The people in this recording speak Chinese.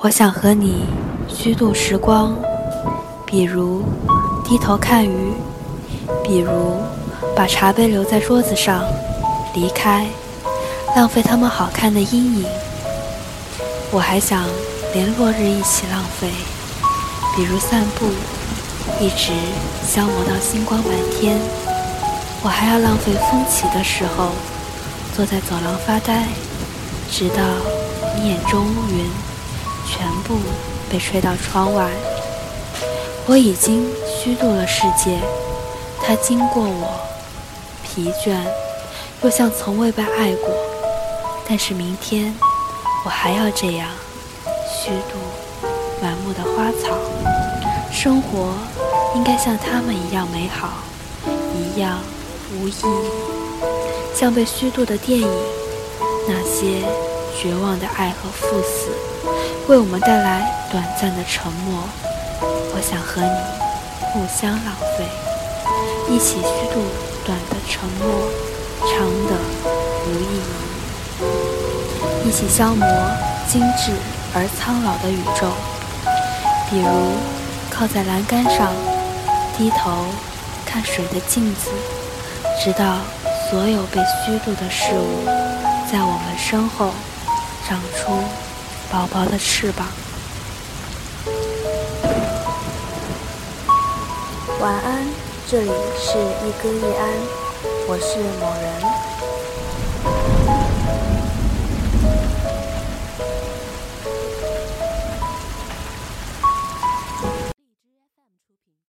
我想和你虚度时光，比如低头看鱼，比如把茶杯留在桌子上离开，浪费它们好看的阴影。我还想连落日一起浪费，比如散步，一直消磨到星光满天。我还要浪费风起的时候，坐在走廊发呆，直到你眼中乌云全部被吹到窗外。我已经虚度了世界，它经过我，疲倦，又像从未被爱过。但是明天，我还要这样虚度满目的花草。生活应该像它们一样美好，一样无意义，像被虚度的电影，那些绝望的爱和赴死，为我们带来短暂的沉默。我想和你互相浪费，一起虚度短的沉默，长的无意义，一起消磨精致而苍老的宇宙。比如靠在栏杆上，低头看水的镜子，直到所有被虚度的事物在我们身后长出薄薄的翅膀。 晚安，这里是一歌一安，我是某人。